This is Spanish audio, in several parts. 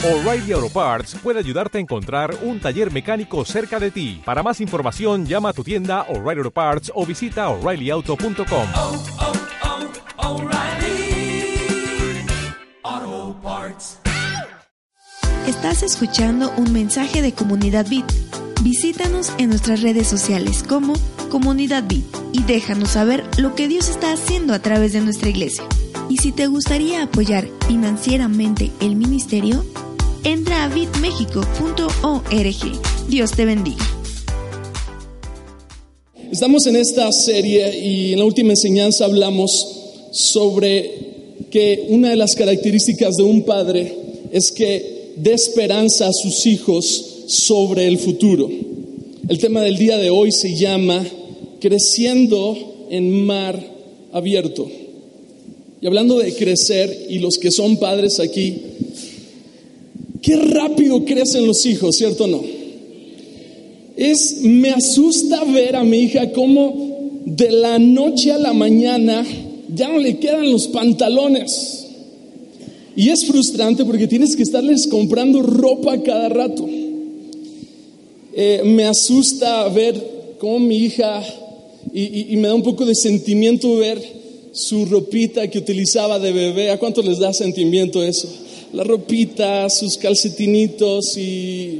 O'Reilly Auto Parts puede ayudarte a encontrar un taller mecánico cerca de ti. Para más información, llama a tu tienda O'Reilly Auto Parts o visita O'ReillyAuto.com. O'Reilly Auto Parts. Estás escuchando un mensaje de Comunidad Bit. Visítanos en nuestras redes sociales como Comunidad Bit y déjanos saber lo que Dios está haciendo a través de nuestra iglesia. Y si te gustaría apoyar financieramente el ministerio, entra a bitmexico.org. Dios te bendiga. Estamos en esta serie y en la última enseñanza hablamos sobre que una de las características de un padre es que dé esperanza a sus hijos sobre el futuro. El tema del día de hoy se llama Creciendo en Mar Abierto. Y hablando de crecer, y los que son padres aquí, qué rápido crecen los hijos, ¿cierto o no? Me asusta ver a mi hija cómo de la noche a la mañana ya no le quedan los pantalones. Y es frustrante porque tienes que estarles comprando ropa cada rato. Me asusta ver cómo mi hija, y me da un poco de sentimiento ver su ropita que utilizaba de bebé. ¿A cuánto les da sentimiento eso? La ropita, sus calcetinitos, y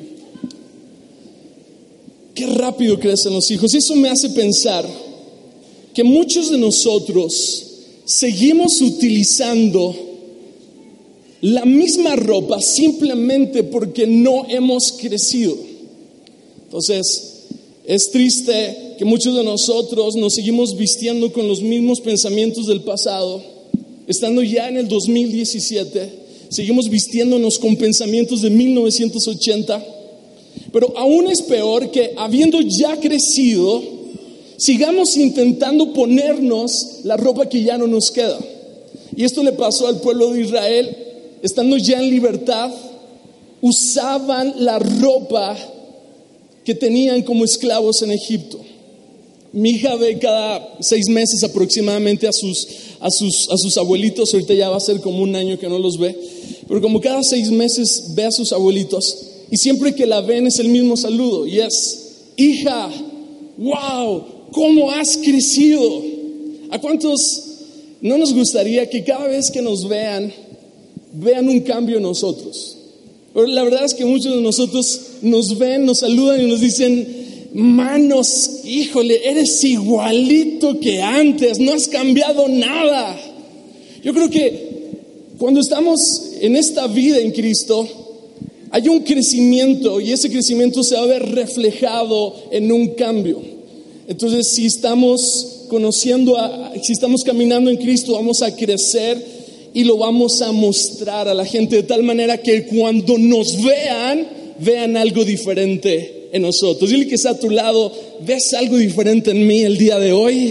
qué rápido crecen los hijos. Eso me hace pensar que muchos de nosotros seguimos utilizando la misma ropa simplemente porque no hemos crecido. Entonces, es triste que muchos de nosotros nos seguimos vistiendo con los mismos pensamientos del pasado. Estando ya en el 2017, seguimos vistiéndonos con pensamientos de 1980. Pero aún es peor que, habiendo ya crecido, sigamos intentando ponernos la ropa que ya no nos queda. Y esto le pasó al pueblo de Israel. Estando ya en libertad, usaban la ropa que tenían como esclavos en Egipto. Mi hija ve cada 6 meses aproximadamente a sus abuelitos. Ahorita ya va a ser como 1 año que no los ve, pero como cada 6 meses ve a sus abuelitos, y siempre que la ven es el mismo saludo, y es: hija, wow, ¿cómo has crecido? ¿A cuántos no nos gustaría que cada vez que nos vean un cambio en nosotros? Pero la verdad es que muchos de nosotros nos ven, nos saludan y nos dicen: manos, híjole, eres igualito que antes, no has cambiado nada. Yo creo que cuando estamos en esta vida en Cristo, hay un crecimiento, y ese crecimiento se va a ver reflejado en un cambio. Entonces, si estamos si estamos caminando en Cristo, vamos a crecer y lo vamos a mostrar a la gente de tal manera que cuando nos vean algo diferente en nosotros. Dile que está a tu lado: ¿ves algo diferente en mí el día de hoy?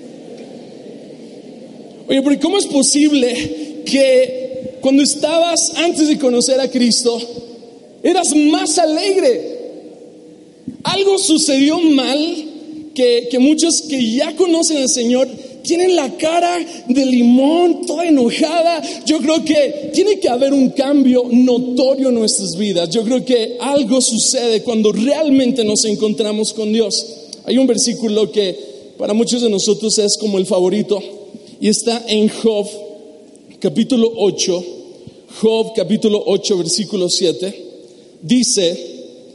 Oye, porque ¿cómo es posible que cuando estabas antes de conocer a Cristo eras más alegre? Algo sucedió mal que muchos que ya conocen al Señor tienen la cara de limón, toda enojada. Yo creo que tiene que haber un cambio notorio en nuestras vidas. Yo creo que algo sucede cuando realmente nos encontramos con Dios. Hay un versículo que para muchos de nosotros es como el favorito, y está en Job capítulo 8. Job capítulo 8 versículo 7 dice: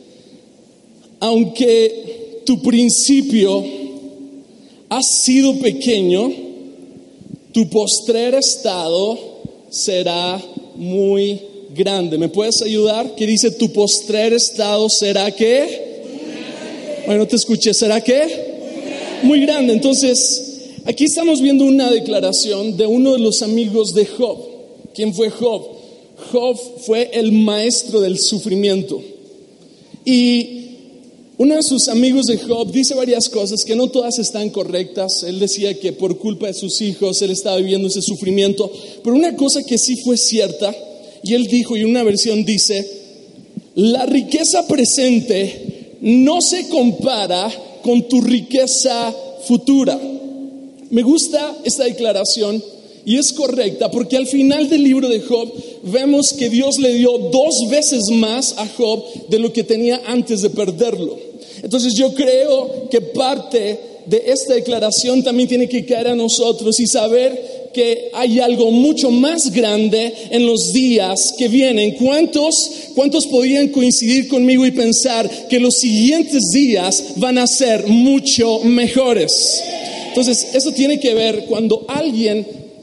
aunque tu principio ha sido pequeño, tu postrer estado será muy grande. ¿Me puedes ayudar? ¿Qué dice? Tu postrer estado será ¿qué? Bueno, no te escuché. ¿Será qué? Muy grande. Entonces, aquí estamos viendo una declaración de uno de los amigos de Job. ¿Quién fue Job? Job fue el maestro del sufrimiento. Y uno de sus amigos de Job dice varias cosas que no todas están correctas. Él decía que por culpa de sus hijos él estaba viviendo ese sufrimiento, pero una cosa que sí fue cierta, y él dijo, y una versión dice: la riqueza presente no se compara con tu riqueza futura. Me gusta esta declaración Y es correcta porque al final del libro de Job vemos que Dios le dio 2 veces más a Job de lo que tenía antes de perderlo. Entonces yo creo que parte de esta declaración también tiene que caer a nosotros y saber que hay algo mucho más grande en los días que vienen. ¿Cuántos podrían coincidir conmigo y pensar que los siguientes días van a ser mucho mejores? Entonces eso tiene que ver cuando alguien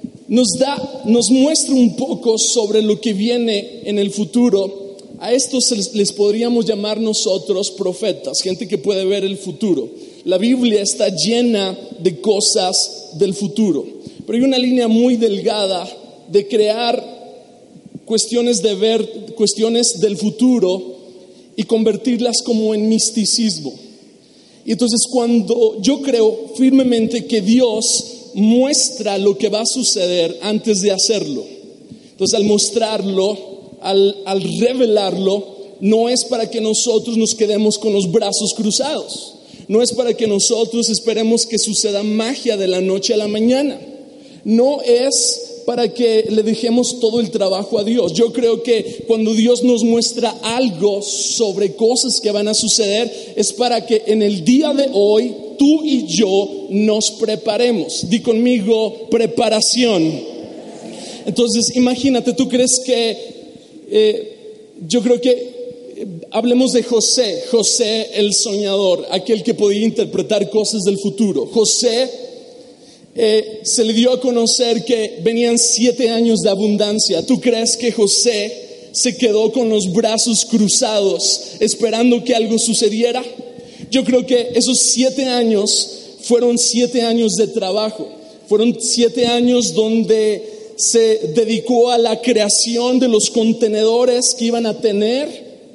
nos muestra un poco sobre lo que viene en el futuro. A estos les podríamos llamar nosotros profetas, gente que puede ver el futuro. La Biblia está llena de cosas del futuro, pero hay una línea muy delgada de crear cuestiones del futuro y convertirlas como en misticismo. Y entonces cuando yo creo firmemente que Dios muestra lo que va a suceder antes de hacerlo, entonces al mostrarlo, al revelarlo, no es para que nosotros nos quedemos con los brazos cruzados, no es para que nosotros esperemos que suceda magia de la noche a la mañana, no es para que le dejemos todo el trabajo a Dios. Yo creo que cuando Dios nos muestra algo sobre cosas que van a suceder, es para que en el día de hoy tú y yo nos preparemos. Di conmigo, preparación. Entonces imagínate, tú crees que yo creo que hablemos de José el soñador, aquel que podía interpretar cosas del futuro. José se le dio a conocer que venían 7 años de abundancia. ¿Tú crees que José se quedó con los brazos cruzados esperando que algo sucediera? Yo creo que esos 7 años fueron 7 años de trabajo, fueron 7 años donde se dedicó a la creación de los contenedores que iban a tener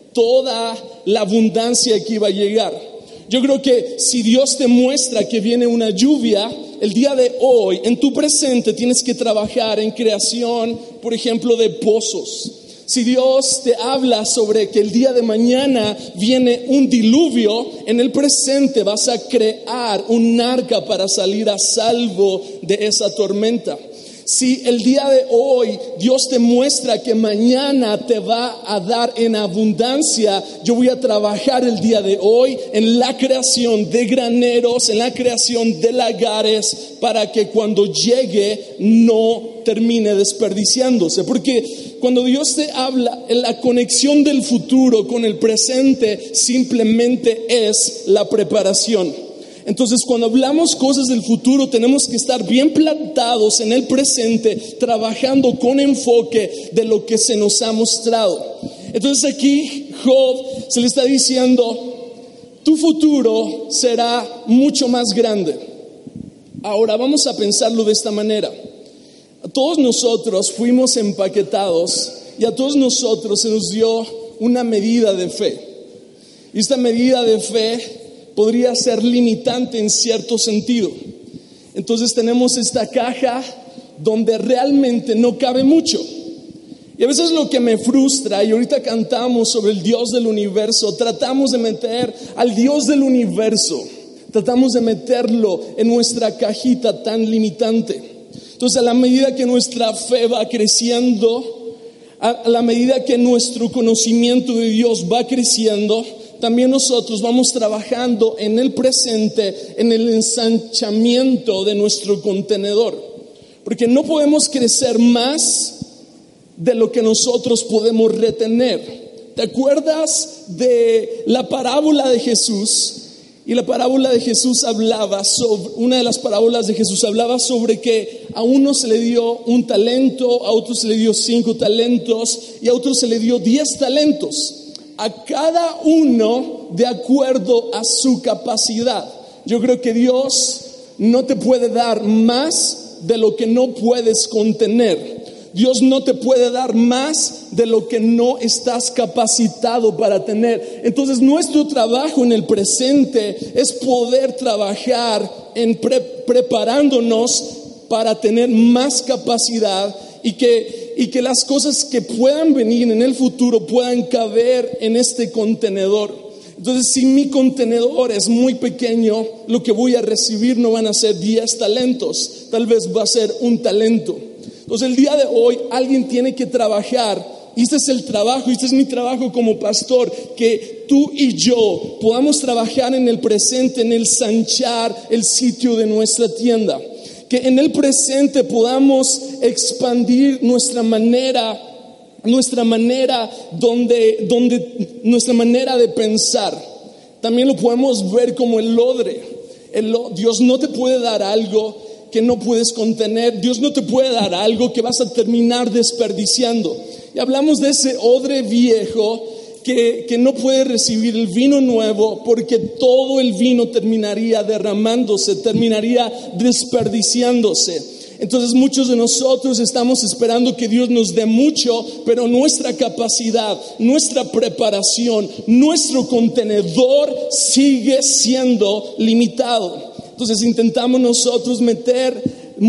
toda la abundancia que iba a llegar. Yo creo que si Dios te muestra que viene una lluvia, el día de hoy, en tu presente, tienes que trabajar en creación, por ejemplo, de pozos. Si Dios te habla sobre que el día de mañana viene un diluvio, en el presente vas a crear un arca para salir a salvo de esa tormenta. Si el día de hoy Dios te muestra que mañana te va a dar en abundancia, yo voy a trabajar el día de hoy en la creación de graneros, en la creación de lagares, para que cuando llegue no termine desperdiciándose. Porque cuando Dios te habla, en la conexión del futuro con el presente simplemente es la preparación. Entonces, cuando hablamos cosas del futuro, tenemos que estar bien plantados en el presente, trabajando con enfoque de lo que se nos ha mostrado. Entonces aquí Job se le está diciendo, tu futuro será mucho más grande. Ahora vamos a pensarlo de esta manera. A todos nosotros fuimos empaquetados y a todos nosotros se nos dio una medida de fe. Y esta medida de fe podría ser limitante en cierto sentido. Entonces tenemos esta caja donde realmente no cabe mucho. Y a veces lo que me frustra, y ahorita cantamos sobre el Dios del universo, tratamos de meter al Dios del universo, tratamos de meterlo en nuestra cajita tan limitante. Entonces a la medida que nuestra fe va creciendo, a la medida que nuestro conocimiento de Dios va creciendo, también nosotros vamos trabajando en el presente, en el ensanchamiento de nuestro contenedor. Porque no podemos crecer más de lo que nosotros podemos retener. ¿Te acuerdas de la parábola de Jesús? Y la parábola de Jesús hablaba sobre, una de las parábolas de Jesús hablaba sobre que a uno se le dio 1 talento, a otro se le dio 5 talentos y a otro se le dio 10 talentos. A cada uno de acuerdo a su capacidad. Yo creo que Dios no te puede dar más de lo que no puedes contener. Dios no te puede dar más de lo que no estás capacitado para tener. Entonces nuestro trabajo en el presente es poder trabajar en preparándonos para tener más capacidad y que las cosas que puedan venir en el futuro puedan caber en este contenedor. Entonces, si mi contenedor es muy pequeño, lo que voy a recibir no van a ser 10 talentos, tal vez va a ser 1 talento. Entonces el día de hoy alguien tiene que trabajar. Y este es el trabajo, este es mi trabajo como pastor, que tú y yo podamos trabajar en el presente, en el ensanchar el sitio de nuestra tienda. Que en el presente podamos expandir nuestra manera de pensar. También lo podemos ver como el odre. Dios no te puede dar algo que no puedes contener. Dios no te puede dar algo que vas a terminar desperdiciando. Y hablamos de ese odre viejo que no puede recibir el vino nuevo, porque todo el vino terminaría derramándose, terminaría desperdiciándose. Entonces muchos de nosotros estamos esperando que Dios nos dé mucho, pero nuestra capacidad, nuestra preparación, nuestro contenedor sigue siendo limitado. Entonces intentamos nosotros meter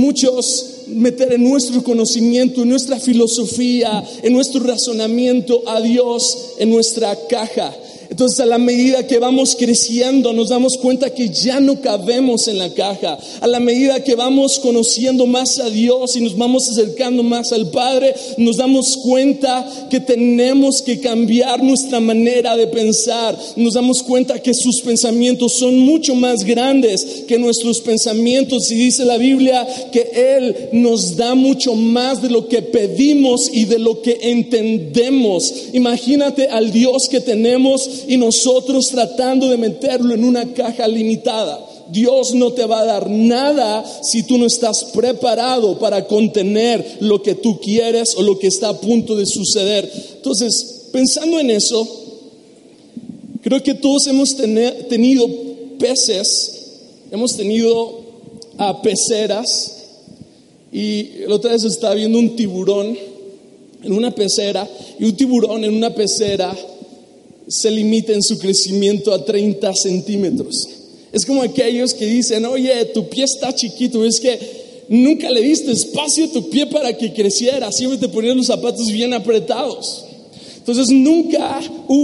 en nuestro conocimiento, en nuestra filosofía, en nuestro razonamiento a Dios en nuestra caja. Entonces a la medida que vamos creciendo nos damos cuenta que ya no cabemos en la caja. A la medida que vamos conociendo más a Dios y nos vamos acercando más al Padre, nos damos cuenta que tenemos que cambiar nuestra manera de pensar. Nos damos cuenta que sus pensamientos son mucho más grandes que nuestros pensamientos, y dice la Biblia que Él nos da mucho más de lo que pedimos y de lo que entendemos. Imagínate al Dios que tenemos y nosotros tratando de meterlo en una caja limitada. Dios no te va a dar nada si tú no estás preparado para contener lo que tú quieres o lo que está a punto de suceder. Entonces, pensando en eso, creo que todos hemos tenido peces, hemos tenido peceras, y la otra vez estaba viendo un tiburón en una pecera, y un tiburón en una pecera se limita en su crecimiento a 30 centímetros. Es como aquellos que dicen: oye, tu pie está chiquito, es que nunca le diste espacio a tu pie para que creciera, siempre te ponías los zapatos bien apretados. Entonces nunca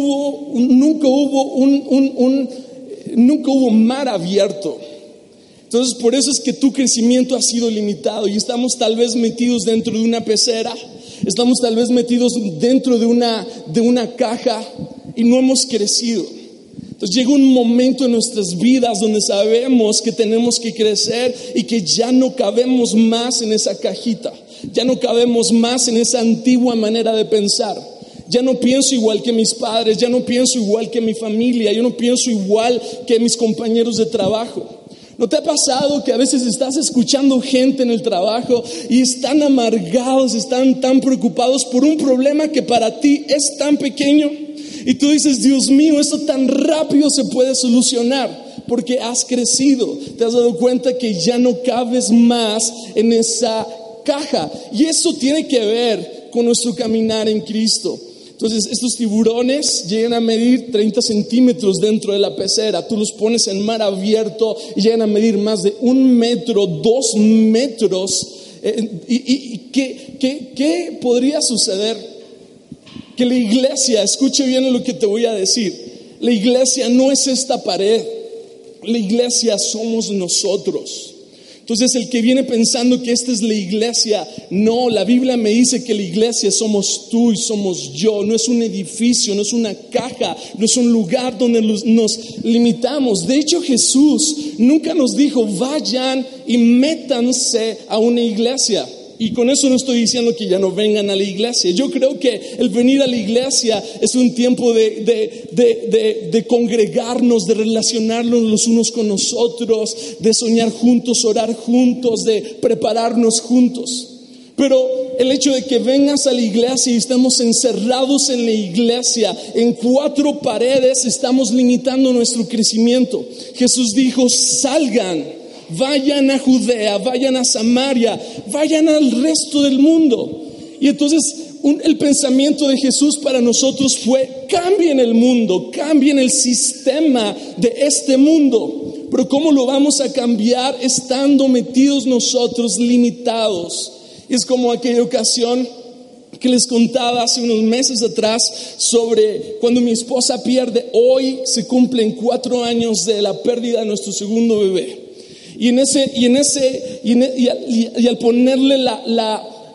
hubo mar abierto. Entonces por eso es que tu crecimiento ha sido limitado, y estamos tal vez metidos dentro de una pecera, estamos tal vez metidos dentro de una caja y no hemos crecido. Entonces llega un momento en nuestras vidas donde sabemos que tenemos que crecer y que ya no cabemos más en esa cajita, ya no cabemos más en esa antigua manera de pensar. Ya no pienso igual que mis padres, ya no pienso igual que mi familia, yo no pienso igual que mis compañeros de trabajo. ¿No te ha pasado que a veces estás escuchando gente en el trabajo y están amargados, están tan preocupados por un problema que para ti es tan pequeño? Y tú dices: Dios mío, esto tan rápido se puede solucionar, porque has crecido, te has dado cuenta que ya no cabes más en esa caja. Y eso tiene que ver con nuestro caminar en Cristo. Entonces estos tiburones llegan a medir 30 centímetros dentro de la pecera. Tú los pones en mar abierto y llegan a medir más de 1 metro, 2 metros. ¿Qué podría suceder? Que la iglesia, escuche bien lo que te voy a decir, la iglesia no es esta pared, la iglesia somos nosotros. Entonces el que viene pensando que esta es la iglesia, no, la Biblia me dice que la iglesia somos tú y somos yo. No es un edificio, no es una caja, no es un lugar donde nos limitamos. De hecho, Jesús nunca nos dijo: vayan y métanse a una iglesia. Y con eso no estoy diciendo que ya no vengan a la iglesia. Yo creo que el venir a la iglesia es un tiempo de congregarnos, de relacionarnos los unos con nosotros, de soñar juntos, orar juntos, de prepararnos juntos. Pero el hecho de que vengas a la iglesia y estemos encerrados en la iglesia, en 4 paredes, estamos limitando nuestro crecimiento. Jesús dijo: salgan. Vayan a Judea, vayan a Samaria, vayan al resto del mundo. Y entonces el pensamiento de Jesús para nosotros fue: cambien el mundo, cambien el sistema de este mundo. Pero ¿cómo lo vamos a cambiar estando metidos nosotros limitados? Es como aquella ocasión que les contaba hace unos meses atrás sobre cuando mi esposa pierde. Hoy se cumplen 4 años de la pérdida de nuestro segundo bebé. Y al ponerle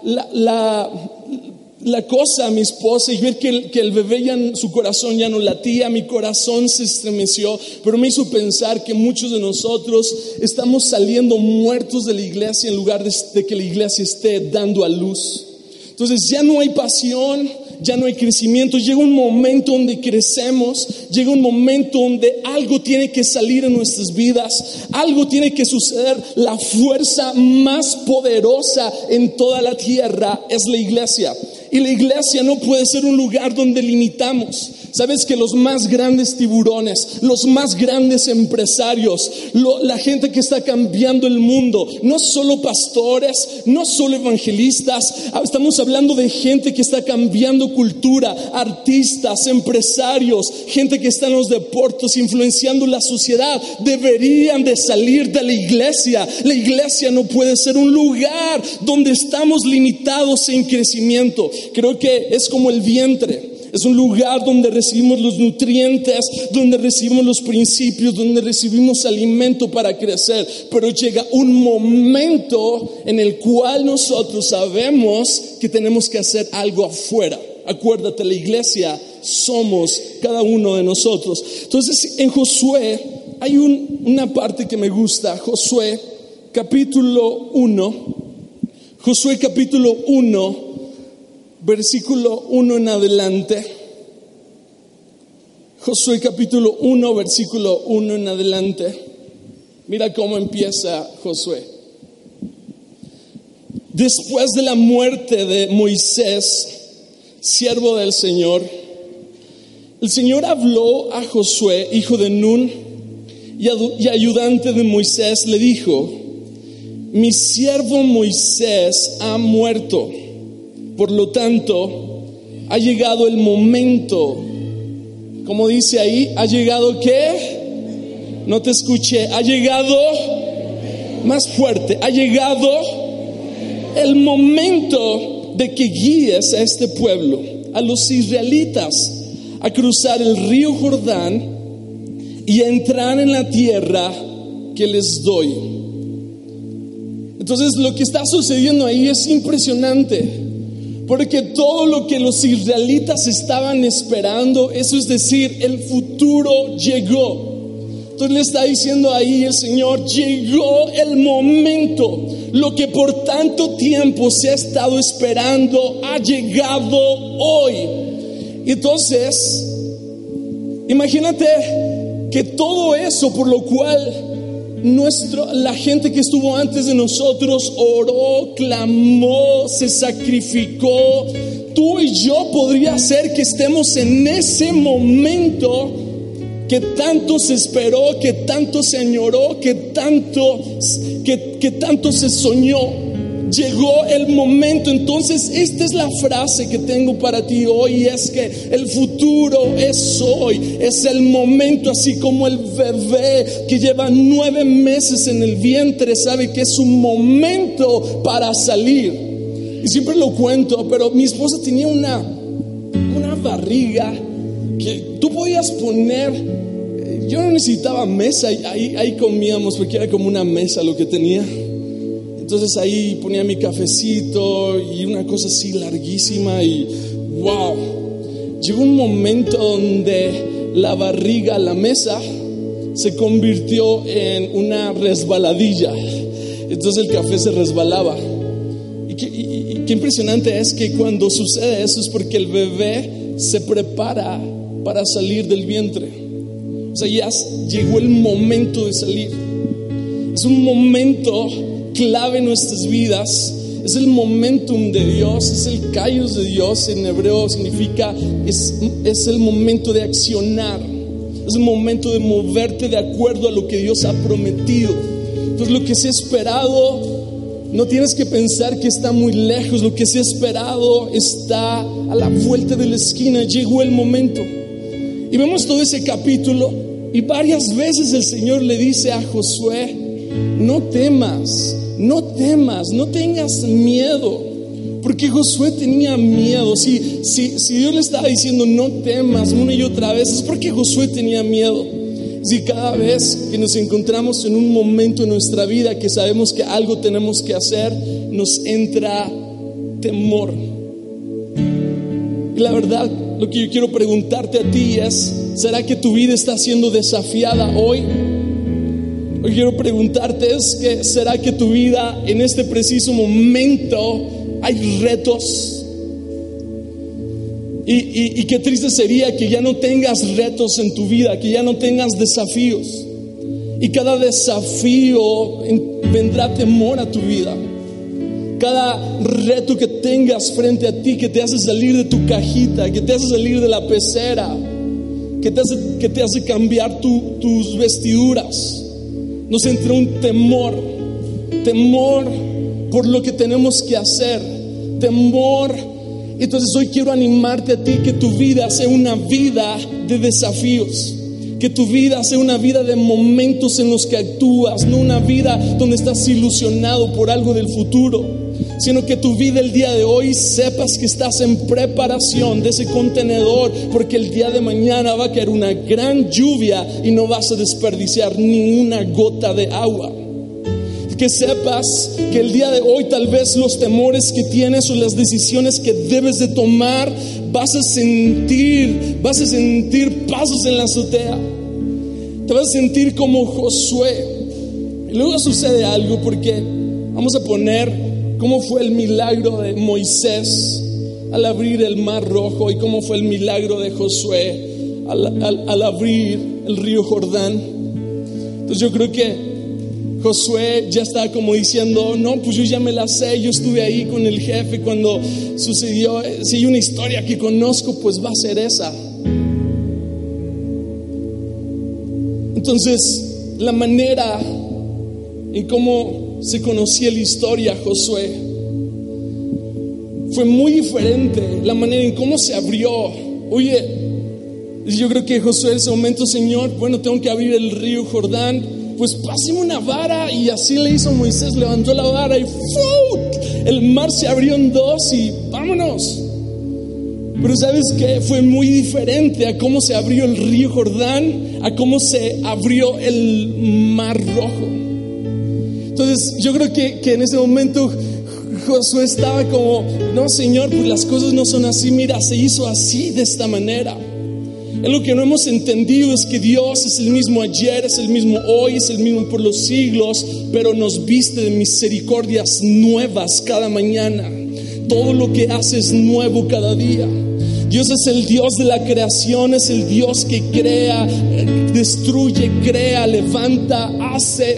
la cosa a mi esposa y ver que el bebé su corazón ya no latía, mi corazón se estremeció, pero me hizo pensar que muchos de nosotros estamos saliendo muertos de la iglesia en lugar de que la iglesia esté dando a luz. Entonces ya no hay pasión, ya no hay crecimiento. Llega un momento donde crecemos, llega un momento donde algo tiene que salir en nuestras vidas, algo tiene que suceder. La fuerza más poderosa en toda la tierra es la iglesia. Y la iglesia no puede ser un lugar donde limitamos. Sabes que los más grandes tiburones, los más grandes empresarios, la gente que está cambiando el mundo, no solo pastores, no solo evangelistas, estamos hablando de gente que está cambiando cultura, artistas, empresarios, gente que está en los deportes, influenciando la sociedad. Deberían de salir de la iglesia. La iglesia no puede ser un lugar donde estamos limitados en crecimiento. Creo que es como el vientre. Es un lugar donde recibimos los nutrientes, donde recibimos los principios, donde recibimos alimento para crecer. Pero llega un momento en el cual nosotros sabemos que tenemos que hacer algo afuera. Acuérdate, la iglesia somos cada uno de nosotros. Entonces en Josué hay una parte que me gusta. Josué capítulo 1. Josué capítulo 1. Versículo 1 en adelante. Josué capítulo 1, versículo 1 en adelante. Mira cómo empieza Josué. Después de la muerte de Moisés, siervo del Señor, el Señor habló a Josué, hijo de Nun, y ayudante de Moisés, le dijo: mi siervo Moisés ha muerto. Por lo tanto, ha llegado el momento. Como dice ahí, ¿ha llegado qué? No te escuché. Ha llegado más fuerte. Ha llegado el momento de que guíes a este pueblo, a los israelitas, a cruzar el río Jordán y a entrar en la tierra que les doy. Entonces lo que está sucediendo ahí es impresionante. Porque todo lo que los israelitas estaban esperando, eso es decir, el futuro llegó. Entonces le está diciendo ahí el Señor: llegó el momento. Lo que por tanto tiempo se ha estado esperando ha llegado hoy. Entonces, imagínate que todo eso por lo cual la gente que estuvo antes de nosotros oró, clamó, se sacrificó. Tú y yo podría ser que estemos en ese momento que tanto se esperó, que tanto se añoró, que tanto se soñó. Llegó el momento. Entonces esta es la frase que tengo para ti hoy, es que el futuro es hoy, es el momento. Así como el bebé que lleva 9 meses en el vientre sabe que es un momento para salir. Y siempre lo cuento, pero mi esposa tenía una barriga que tú podías poner. Yo no necesitaba mesa, ahí comíamos porque era como una mesa lo que tenía. Entonces ahí ponía mi cafecito y una cosa así larguísima y wow. Llegó un momento donde la barriga, la mesa, se convirtió en una resbaladilla. Entonces el café se resbalaba. Y qué impresionante es que cuando sucede eso es porque el bebé se prepara para salir del vientre. O sea, ya llegó el momento de salir. Es un momento clave en nuestras vidas. Es el momentum de Dios, es el kairos de Dios. En hebreo significa es el momento de accionar, es el momento de moverte de acuerdo a lo que Dios ha prometido. Entonces lo que se ha esperado, no tienes que pensar que está muy lejos. Lo que se ha esperado está a la vuelta de la esquina. Llegó el momento. Y vemos todo ese capítulo y varias veces el Señor le dice a Josué: no temas, no tengas miedo. Porque Josué tenía miedo. Si Dios le estaba diciendo no temas una y otra vez, es porque Josué tenía miedo. Si cada vez que nos encontramos en un momento en nuestra vida que sabemos que algo tenemos que hacer, nos entra temor. Y la verdad, lo que yo quiero preguntarte a ti es: ¿será que tu vida está siendo desafiada hoy? Lo que quiero preguntarte es que ¿será que tu vida en este preciso momento hay retos? Y qué triste sería que ya no tengas retos en tu vida, que ya no tengas desafíos. Y cada desafío vendrá temor a tu vida. Cada reto que tengas frente a ti, que te hace salir de tu cajita, que te hace salir de la pecera, que te hace cambiar tus vestiduras, nos entra un temor por lo que tenemos que hacer, temor. Entonces hoy quiero animarte a ti que tu vida sea una vida de desafíos, que tu vida sea una vida de momentos en los que actúas, no una vida donde estás ilusionado por algo del futuro, sino que tu vida el día de hoy sepas que estás en preparación de ese contenedor, porque el día de mañana va a caer una gran lluvia y no vas a desperdiciar ni una gota de agua. Que sepas que el día de hoy tal vez los temores que tienes o las decisiones que debes de tomar, vas a sentir pasos en la azotea. Te vas a sentir como Josué. Y luego sucede algo, porque vamos a poner cómo fue el milagro de Moisés al abrir el mar rojo y cómo fue el milagro de Josué al abrir el río Jordán. Entonces yo creo que Josué ya está como diciendo: no, pues yo ya me la sé, yo estuve ahí con el jefe cuando sucedió. Si hay una historia que conozco, pues va a ser esa. Entonces, la manera en cómo se conocía la historia Josué fue muy diferente. La manera en cómo se abrió. Oye, yo creo que Josué en ese momento: Señor, bueno, tengo que abrir el río Jordán, pues pásame una vara. Y así le hizo Moisés, levantó la vara y ¡fut! El mar se abrió en dos y vámonos. Pero ¿sabes qué? Fue muy diferente a cómo se abrió el río Jordán, a cómo se abrió el mar rojo. Entonces yo creo que en ese momento Josué estaba como: no, Señor, pues las cosas no son así, mira, se hizo así, de esta manera. Lo que no hemos entendido es que Dios es el mismo ayer, es el mismo hoy, es el mismo por los siglos, pero nos viste de misericordias nuevas cada mañana. Todo lo que hace es nuevo cada día. Dios es el Dios de la creación, es el Dios que crea, destruye, crea, levanta, hace.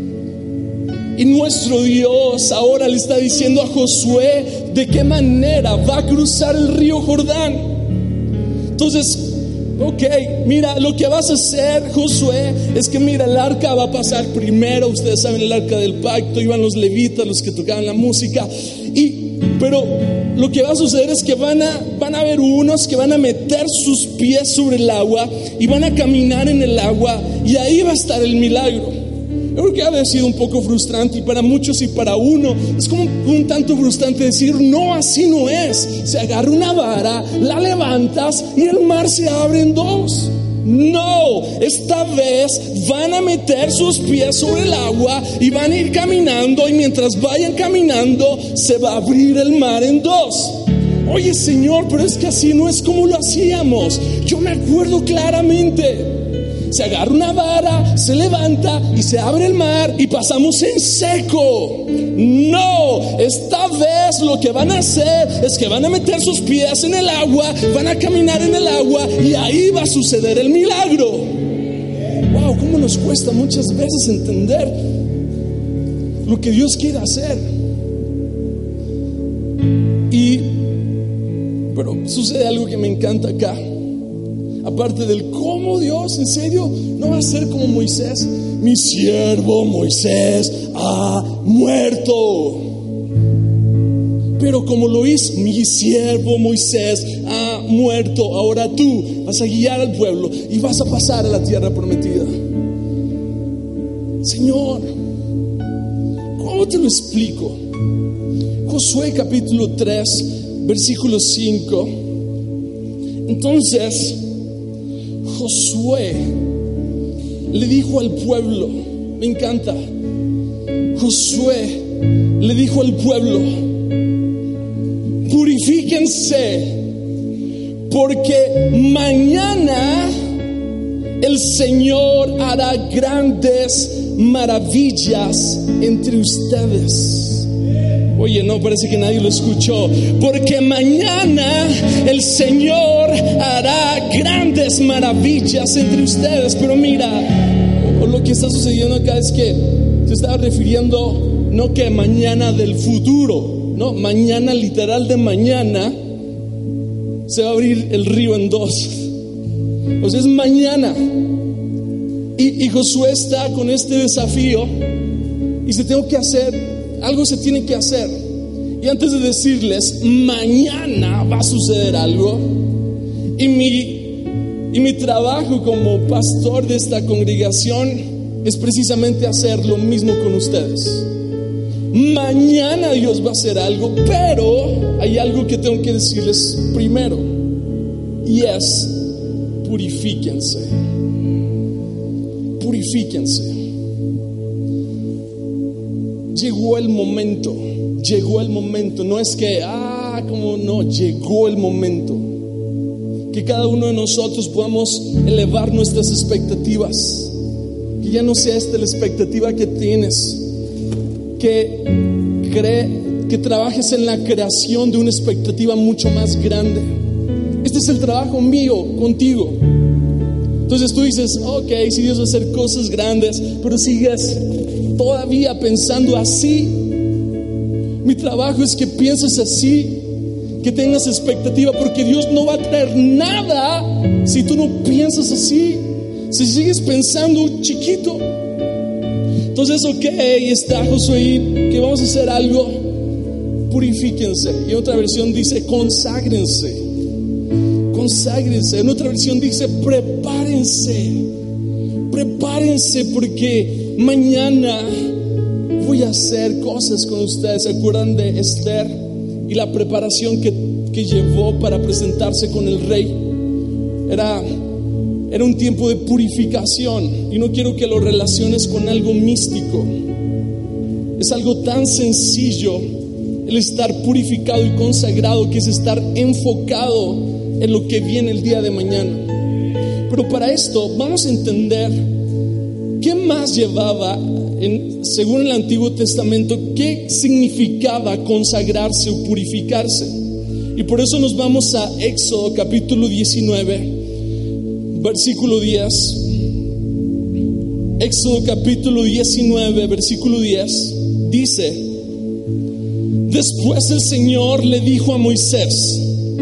Y nuestro Dios ahora le está diciendo a Josué de qué manera va a cruzar el río Jordán. Entonces, ok, mira, lo que vas a hacer, Josué, es que mira, el arca va a pasar primero. Ustedes saben, el arca del pacto, iban los levitas, los que tocaban la música. Pero lo que va a suceder es que van a haber unos que van a meter sus pies sobre el agua y van a caminar en el agua, y ahí va a estar el milagro. Yo creo que ha sido un poco frustrante, y para muchos y para uno es como un tanto frustrante decir: no, así no es. Se agarra una vara, la levantas y el mar se abre en dos. No, esta vez van a meter sus pies sobre el agua y van a ir caminando, y mientras vayan caminando se va a abrir el mar en dos. Oye, Señor, pero es que así no es como lo hacíamos. Yo me acuerdo claramente. Se agarra una vara, se levanta y se abre el mar y pasamos en seco. No, esta vez lo que van a hacer es que van a meter sus pies en el agua, van a caminar en el agua, y ahí va a suceder el milagro. Wow, cómo nos cuesta muchas veces entender lo que Dios quiere hacer. Pero sucede algo que me encanta acá. Aparte del cómo Dios, en serio, no va a ser como Moisés. Mi siervo Moisés ha muerto. Pero como lo hizo, mi siervo Moisés ha muerto. Ahora tú vas a guiar al pueblo y vas a pasar a la tierra prometida. Señor, ¿cómo te lo explico? Josué capítulo 3, versículo 5. Entonces Josué le dijo al pueblo, me encanta, Josué le dijo al pueblo: purifíquense, porque mañana el Señor hará grandes maravillas entre ustedes. Oye, no, parece que nadie lo escuchó. Porque mañana el Señor hará grandes maravillas entre ustedes. Pero mira, lo que está sucediendo acá es que se está refiriendo no que mañana del futuro, no, mañana literal de mañana se va a abrir el río en dos. O sea, es mañana. Y Josué está con este desafío y algo se tiene que hacer. Y antes de decirles, mañana va a suceder algo, y mi trabajo como pastor de esta congregación es precisamente hacer lo mismo con ustedes. Mañana Dios va a hacer algo, pero hay algo que tengo que decirles primero, y es: purifíquense. Purifíquense. Llegó el momento. No es que, como no, llegó el momento. Que cada uno de nosotros podamos elevar nuestras expectativas. Que ya no sea esta la expectativa que tienes. Que trabajes en la creación de una expectativa mucho más grande. Este es el trabajo mío contigo. Entonces tú dices, ok, si Dios va a hacer cosas grandes, pero sigues todavía pensando así. Mi trabajo es que pienses así, que tengas expectativa, porque Dios no va a traer nada si tú no piensas así, si sigues pensando chiquito. Entonces, ok, está Josué, que vamos a hacer algo. Purifíquense. Y en otra versión dice conságrense. En otra versión dice prepárense, porque mañana voy a hacer cosas con ustedes. ¿Se acuerdan de Esther y la preparación que llevó para presentarse con el rey? Era un tiempo de purificación, y no quiero que lo relaciones con algo místico. Es algo tan sencillo el estar purificado y consagrado, que es estar enfocado en lo que viene el día de mañana. Pero para esto vamos a entender qué más llevaba, según el Antiguo Testamento, qué significaba consagrarse o purificarse. Y por eso nos vamos a Éxodo capítulo 19, versículo 10. Éxodo capítulo 19, versículo 10 dice: después el Señor le dijo a Moisés: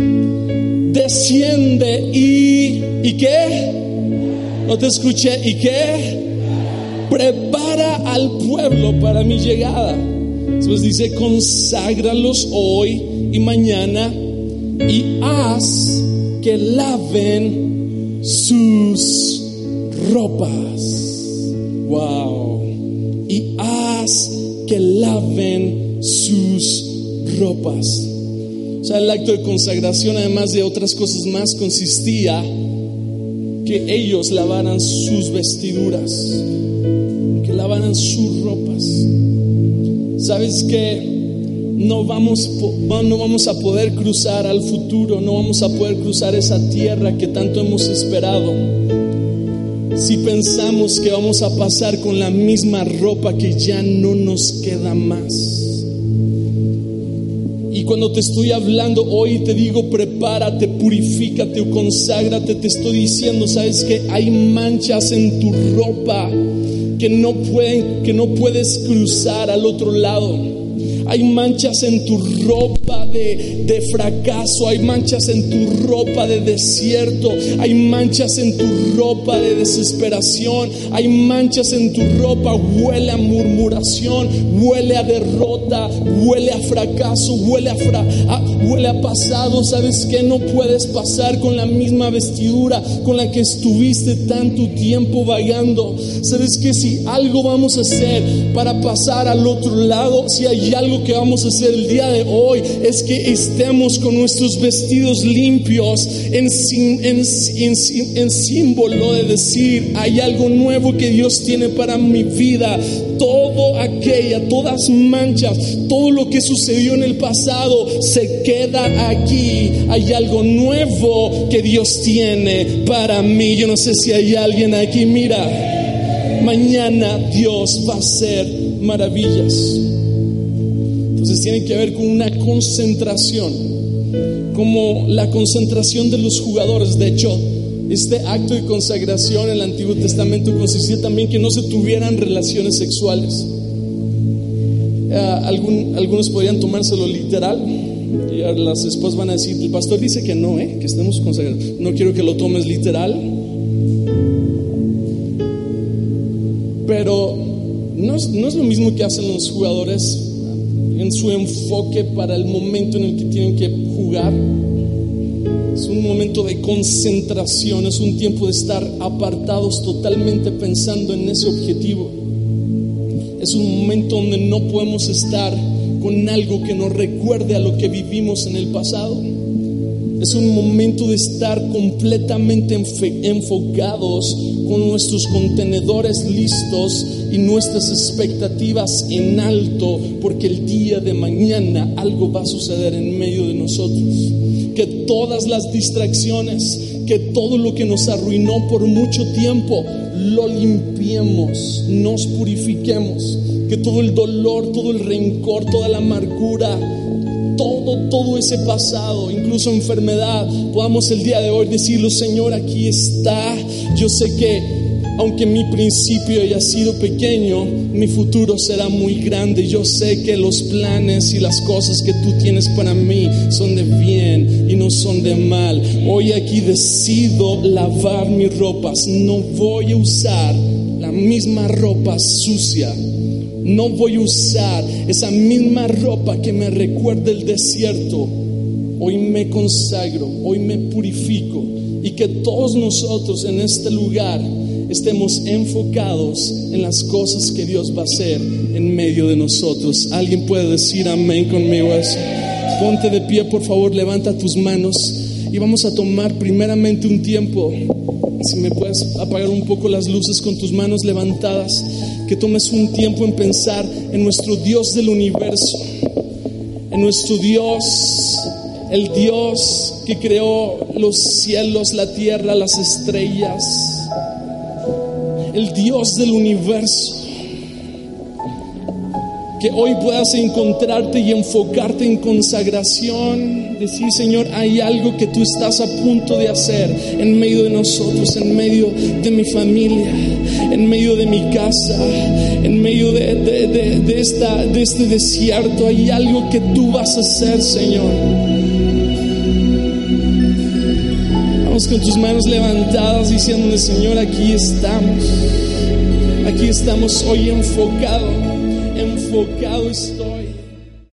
desciende ¿y qué? No te escuché. ¿Y qué? Prepara al pueblo para mi llegada. Después dice: conságralos hoy y mañana, y haz que laven sus ropas. Wow. Y haz que laven sus ropas. O sea, el acto de consagración, además de otras cosas más, consistía que ellos lavaran sus vestiduras, que lavaran sus ropas. ¿Sabes qué? No vamos a poder cruzar al futuro, no vamos a poder cruzar esa tierra que tanto hemos esperado si pensamos que vamos a pasar con la misma ropa que ya no nos queda más. Y cuando te estoy hablando hoy y te digo prepárate, purifícate o conságrate, te estoy diciendo, ¿sabes qué? Hay manchas en tu ropa que no puedes cruzar al otro lado. Hay manchas en tu ropa de fracaso, hay manchas en tu ropa de desierto, hay manchas en tu ropa de desesperación, hay manchas en tu ropa. Huele a murmuración, huele a derrota, huele a fracaso, huele a pasado. ¿Sabes qué? No puedes pasar con la misma vestidura con la que estuviste tanto tiempo vagando. ¿Sabes qué? Si algo vamos a hacer para pasar al otro lado, si hay algo algo que vamos a hacer el día de hoy es que estemos con nuestros vestidos limpios en símbolo de decir, hay algo nuevo que Dios tiene para mi vida. Todas manchas, todo lo que sucedió en el pasado se queda aquí. Hay algo nuevo que Dios tiene para mí. Yo no sé si hay alguien aquí. Mira, mañana Dios va a hacer maravillas. Entonces tiene que ver con una concentración, como la concentración de los jugadores. De hecho, este acto de consagración en el Antiguo Testamento consistía también que no se tuvieran relaciones sexuales. Algunos podrían tomárselo literal y las esposas van a decir, el pastor dice que no, que estemos consagrados. No quiero que lo tomes literal, pero no es lo mismo que hacen los jugadores en su enfoque para el momento en el que tienen que jugar. Es un momento de concentración, es un tiempo de estar apartados totalmente pensando en ese objetivo. Es un momento donde no podemos estar con algo que nos recuerde a lo que vivimos en el pasado. Es un momento de estar completamente enfocados, con nuestros contenedores listos y nuestras expectativas en alto, porque el día de mañana algo va a suceder en medio de nosotros. Que todas las distracciones, que todo lo que nos arruinó por mucho tiempo, lo limpiemos, nos purifiquemos. Que todo el dolor, todo el rencor, toda la amargura, todo ese pasado, incluso enfermedad, podamos el día de hoy decirlo, Señor, aquí está. Yo sé que aunque mi principio haya sido pequeño, mi futuro será muy grande. Yo sé que los planes y las cosas que tú tienes para mí son de bien y no son de mal. Hoy aquí decido lavar mis ropas. No voy a usar la misma ropa sucia. No voy a usar esa misma ropa que me recuerda el desierto. Hoy me consagro, hoy me purifico, y que todos nosotros en este lugar estemos enfocados en las cosas que Dios va a hacer en medio de nosotros. ¿Alguien puede decir amén conmigo eso? Ponte de pie, por favor, levanta tus manos y vamos a tomar primeramente un tiempo. Si me puedes apagar un poco las luces con tus manos levantadas, que tomes un tiempo en pensar en nuestro Dios del universo, en nuestro Dios, el Dios que creó los cielos, la tierra, las estrellas, el Dios del universo. Que hoy puedas encontrarte y enfocarte en consagración, decir, Señor, hay algo que tú estás a punto de hacer en medio de nosotros, en medio de mi familia, en medio de mi casa, en medio de este desierto. Hay algo que tú vas a hacer, Señor. Vamos con tus manos levantadas diciéndole, Señor, aquí estamos hoy enfocado estoy.